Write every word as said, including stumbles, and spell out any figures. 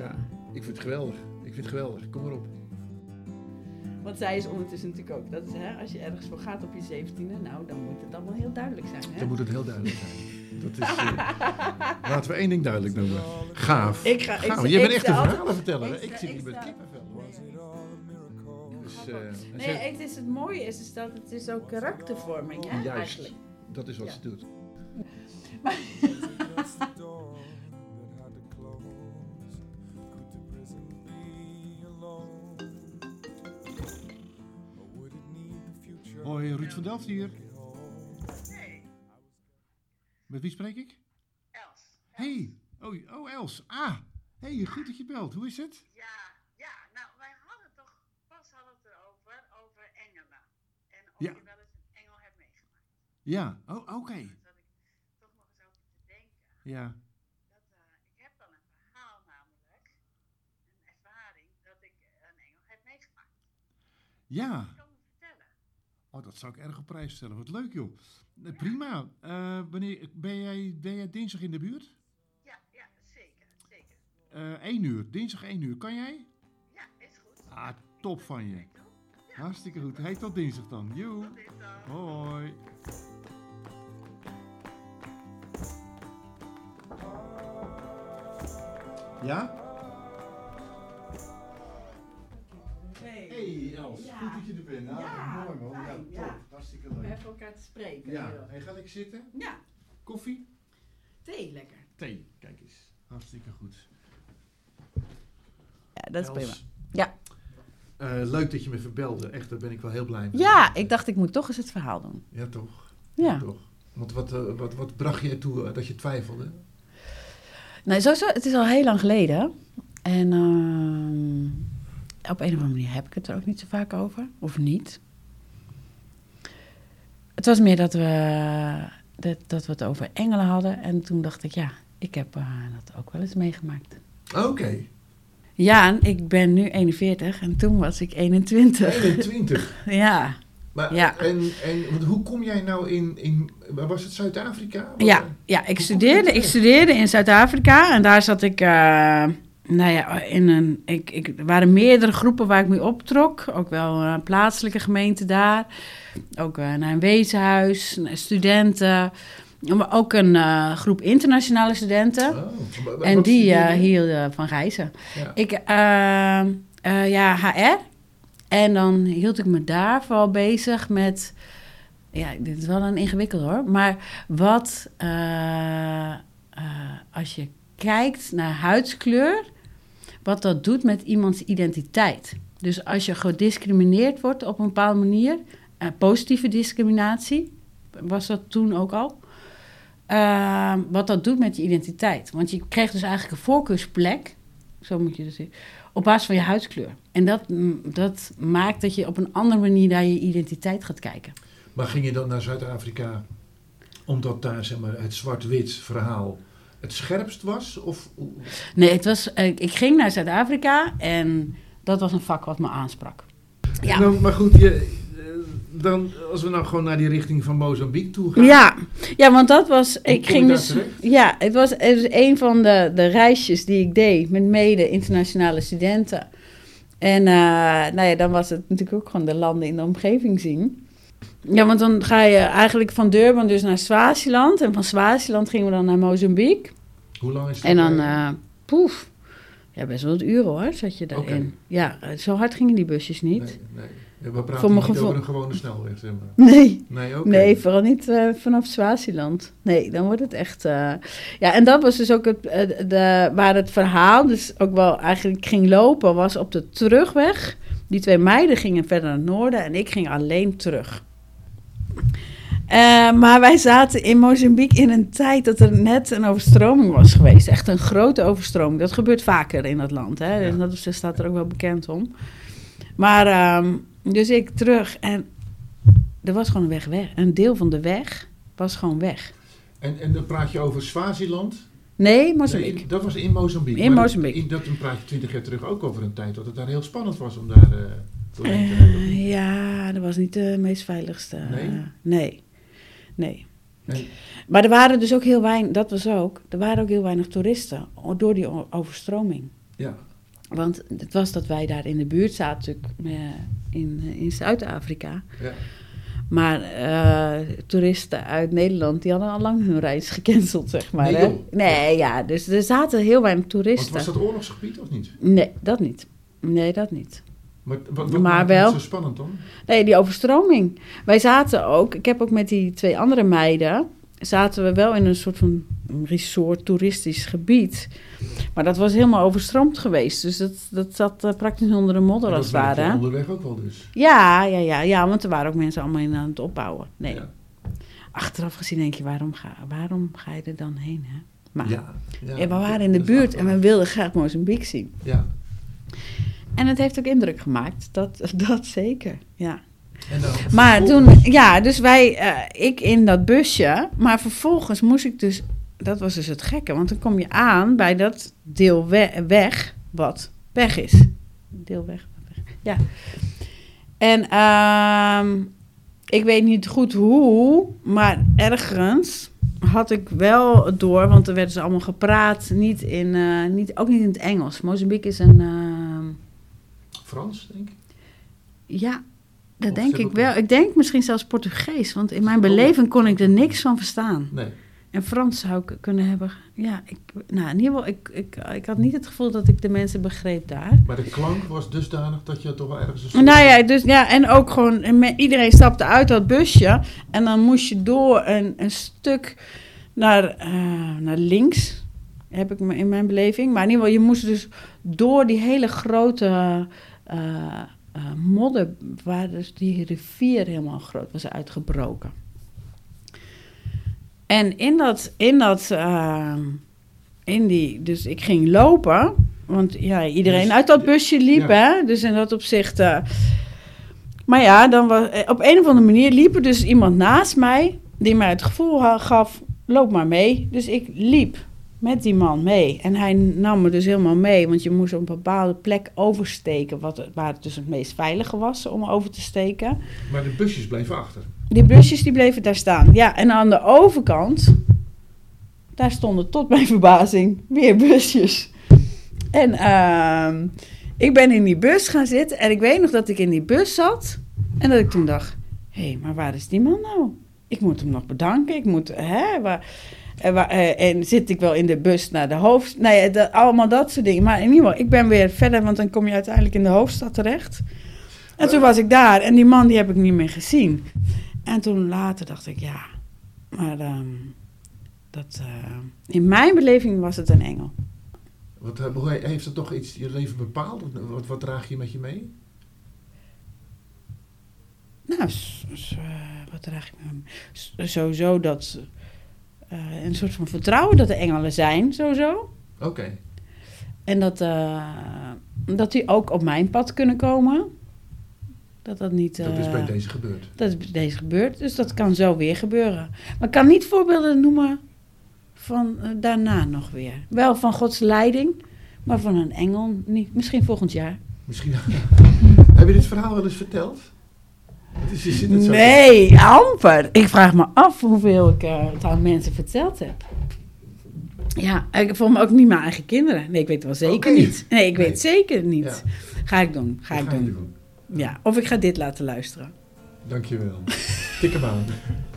Ja, ik vind het geweldig. Ik vind het geweldig. Kom maar op. Want zij is ondertussen natuurlijk ook, dat is, hè, als je ergens voor gaat op je zeventiende, nou, dan moet het allemaal heel duidelijk zijn. Hè? Dan moet het heel duidelijk zijn. Dat is, uh, laten we één ding duidelijk noemen. Gaaf. Ik ga, Gaaf. ik, Jij ik bent echt een stel- verhalen verteller. ik hè? Ik stel- zit ik hier met stel- kippenvel. Dus, uh, Nee, het, is, het mooie is, is dat het is ook karaktervorming, hè, Juist. eigenlijk. Dat is wat Ja. ze doet. Hoi, Ruud van Delft hier. Nee, Met wie spreek ik? Els. Hey, oh, oh Els. Ah, hey, goed dat je belt. Hoe is het? Ja, ja, nou wij hadden toch pas hadden het erover, over engelen. En of Ja. je wel eens een engel hebt meegemaakt. Ja, oh, oké. Daar zat ik toch nog eens over te denken. Ja, Dat, uh, ik heb wel een verhaal namelijk, een ervaring, dat ik een engel heb meegemaakt. ja. Ik kan het vertellen. Oh, dat zou ik erg op prijs stellen. Wat leuk, joh. Eh, Prima. Eh, wanneer, ben, jij, ben jij dinsdag in de buurt? Ja, ja, zeker, zeker. Eh één uur. Dinsdag één uur. Kan jij? Ja, is goed. Ah, top van je. Ja, Hartstikke goed. Hey, tot dinsdag dan. Joe. tot dit dan. Hoi. Ja? Hey Els, Ja. goed dat je er bent. Nou, Ja, mooi man. Ja, fijn, top. ja. Hartstikke Om leuk. even elkaar te spreken. Ja, joh. hey, ga ik zitten? Ja, Koffie? thee lekker. Thee, kijk eens. Hartstikke goed. Ja, dat is Els, prima. Ja. eh, leuk dat je me verbelde. Echt, daar ben ik wel heel blij mee. Ja, ik dacht ik moet toch eens het verhaal doen. Ja, toch? Ja. Toch. Want wat, eh, wat, wat bracht je ertoe eh, dat je twijfelde? Nou, sowieso, het is al heel lang geleden. En ehm, op een of andere manier heb ik het er ook niet zo vaak over. Of niet. Het was meer dat we, dat, dat we het over engelen hadden. En toen dacht ik, ja, ik heb eh, dat ook wel eens meegemaakt. Oké, Ja, en ik ben nu eenenveertig en toen was ik eenentwintig. eenentwintig. Ja, Maar, Ja. en, en want hoe kom jij nou in, in was het Zuid-Afrika? Wat, ja, eh, ja ik, kom je studeerde, ik terecht? studeerde in Zuid-Afrika en daar zat ik, uh, nou ja, in een, ik, ik, er waren meerdere groepen waar ik mee optrok. Ook wel een plaatselijke gemeente daar. Ook uh, naar een weeshuis, naar studenten. Maar ook een uh, groep internationale studenten. Oh, wa- wa- en wat die uh, studeerde je? hielden van reizen. Ja. Ik, uh, uh, ja, H R. En dan hield ik me daar vooral bezig met... Ja, dit is wel een ingewikkeld hoor. Maar wat uh, uh, als je kijkt naar huidskleur... wat dat doet met iemands identiteit. Dus als je gediscrimineerd wordt op een bepaalde manier... Uh, positieve discriminatie, was dat toen ook al... Uh, wat dat doet met je identiteit. Want je kreeg dus eigenlijk een voorkeursplek... zo moet je dus zien... op basis van je huidskleur. En dat, dat maakt dat je op een andere manier naar je identiteit gaat kijken. Maar ging je dan naar Zuid-Afrika omdat daar zeg maar, het zwart-wit verhaal het scherpst was? Of... Nee, het was, ik, ik ging naar Zuid-Afrika en dat was een vak wat me aansprak. Ja. Nou, maar goed, je, dan, als we nou gewoon naar die richting van Mozambique toe gaan. Ja, ja, want dat was... Hoe ik kom je ging daar dus, terecht? ja, het was, het was een van de, de reisjes die ik deed met mede internationale studenten. En uh, nou ja, dan was het natuurlijk ook gewoon de landen in de omgeving zien. Ja, want dan ga je eigenlijk van Durban dus naar Swaziland. En van Swaziland gingen we dan naar Mozambique. Hoe lang is dat? En dan, eh, uh, poef, ja, best wel wat uren hoor, zat je daarin. Oké. Ja, zo hard gingen die busjes niet. Nee, nee. We praten Voor niet mijn gevoel- over een gewone snelweg, zeg maar. Nee. Nee, oké. Nee, vooral niet uh, vanaf Swaziland. Nee, dan wordt het echt... Uh... Ja, en dat was dus ook het, uh, de, waar het verhaal dus ook wel eigenlijk ging lopen, was op de terugweg. Die twee meiden gingen verder naar het noorden en ik ging alleen terug. Uh, maar wij zaten in Mozambique in een tijd dat er net een overstroming was geweest. Echt een grote overstroming. Dat gebeurt vaker in dat land. Hè? Ja. Dat is, staat er ook wel bekend om. Maar, um, dus ik terug en er was gewoon een weg weg. Een deel van de weg was gewoon weg. En, en dan praat je over Swaziland? Nee, Mozambique. Nee, dat was in Mozambique. In Maar Mozambique. In, dat dan praat je twintig jaar terug ook over een tijd dat het daar heel spannend was om daar uh, doorheen te rijden. Uh, ja, dat was niet de meest veiligste. Nee? Uh, nee. Nee. En, Maar er waren dus ook heel weinig, dat was ook, er waren ook heel weinig toeristen door die overstroming. Ja. Want het was dat wij daar in de buurt zaten, natuurlijk uh, in, uh, in Zuid-Afrika. Ja. Maar uh, toeristen uit Nederland, die hadden al lang hun reis gecanceld, zeg maar. Nee, hè? joh. Nee, ja, dus er zaten heel weinig toeristen. Want was dat oorlogsgebied of niet? Nee, dat niet. Nee, dat niet. Maar, wat, wat Maar maakt wel. het zo spannend dan? Nee, die overstroming. Wij zaten ook, ik heb ook met die twee andere meiden, zaten we wel in een soort van resort, toeristisch gebied. Maar dat was helemaal overstroomd geweest. Dus dat, dat zat uh, praktisch onder de modder En als het dat werkte ware. onderweg ook wel dus. Ja, ja, ja, ja, want er waren ook mensen allemaal in aan het opbouwen. Nee. Ja. Achteraf gezien denk je, waarom ga, waarom ga je er dan heen? Hè? Maar Ja, ja, ja, we waren in de dat is buurt en achteraf. we wilden graag Mozambique zien. Ja. En het heeft ook indruk gemaakt, dat, dat zeker, ja. En dan Maar vervolgens- toen, ja, dus wij, uh, ik in dat busje, maar vervolgens moest ik dus, dat was dus het gekke, want dan kom je aan bij dat deel we- weg wat weg is. Deel weg, wat weg. Ja. En uh, ik weet niet goed hoe, maar ergens had ik wel door, want er werden ze allemaal gepraat, niet in, uh, niet, ook niet in het Engels. Mozambique is een, uh, Frans, denk ik. ja, dat Of denk zit ik ook wel. niet? Ik denk misschien zelfs Portugees, want in mijn Oh, beleving ja. kon ik er niks van verstaan. Nee. En Frans zou ik kunnen hebben. Ja, ik, nou, in ieder geval, ik, ik, ik had niet het gevoel dat ik de mensen begreep daar. Maar de klank was dusdanig dat je toch wel ergens een soort- Nou ja, dus, ja, en ook gewoon, en me- iedereen stapte uit dat busje. En dan moest je door een, een stuk naar, eh, naar links, heb ik me in mijn beleving. Maar in ieder geval, je moest dus door die hele grote eh, uh, modder, waar dus die rivier helemaal groot was uitgebroken. En in dat, in dat, uh, in die, dus ik ging lopen, want ja, iedereen Dus- uit dat busje liep, ja. hè, dus in dat opzicht. Uh, maar ja, dan was, op een of andere manier liep er dus iemand naast mij, die mij het gevoel ha- gaf, loop maar mee. Dus ik liep met die man mee. En hij nam me dus helemaal mee, want je moest op een bepaalde plek oversteken, wat, waar het dus het meest veilige was om over te steken. Maar de busjes bleven achter. Die busjes die bleven daar staan. Ja, en aan de overkant, daar stonden tot mijn verbazing weer busjes. En uh, ik ben in die bus gaan zitten en ik weet nog dat ik in die bus zat en dat ik toen dacht, hé, hey, maar waar is die man nou? Ik moet hem nog bedanken, ik moet, hè, waar... En, waar, uh, en zit ik wel in de bus naar de hoofd... Nou ja, dat, allemaal dat soort dingen. Maar in ieder geval, ik ben weer verder... want dan kom je uiteindelijk in de hoofdstad terecht. En toen was ik daar en die man die heb ik niet meer gezien. En toen later dacht ik, ja... Maar um, dat, uh, in mijn beleving was het een engel. Wat, hoe heeft dat toch iets je leven bepaald? Wat, wat draag je met je mee? Nou, s- s- uh, wat draag ik met me? S- Sowieso dat... Uh, een soort van vertrouwen dat er engelen zijn, sowieso. Oké. Okay. En dat, uh, dat die ook op mijn pad kunnen komen. Dat dat niet... Uh, dat is bij deze gebeurd. Dat is bij deze gebeurd, dus dat kan zo weer gebeuren. Maar ik kan niet voorbeelden noemen van uh, daarna nog weer. Wel van Gods leiding, maar van een engel niet. Misschien volgend jaar. Misschien... Heb je dit verhaal wel eens verteld? Is, is het zo nee, amper. Ik vraag me af hoeveel ik uh, het aan mensen verteld heb. Ja, ik volg me ook niet mijn eigen kinderen. Nee, ik weet het wel zeker Okay. niet. Nee, ik weet het Nee. zeker niet. Ja. Ga ik doen, ga Dat ik ga je doen. doen. Ja, of ik ga dit laten luisteren. Dankjewel. Tik hem aan.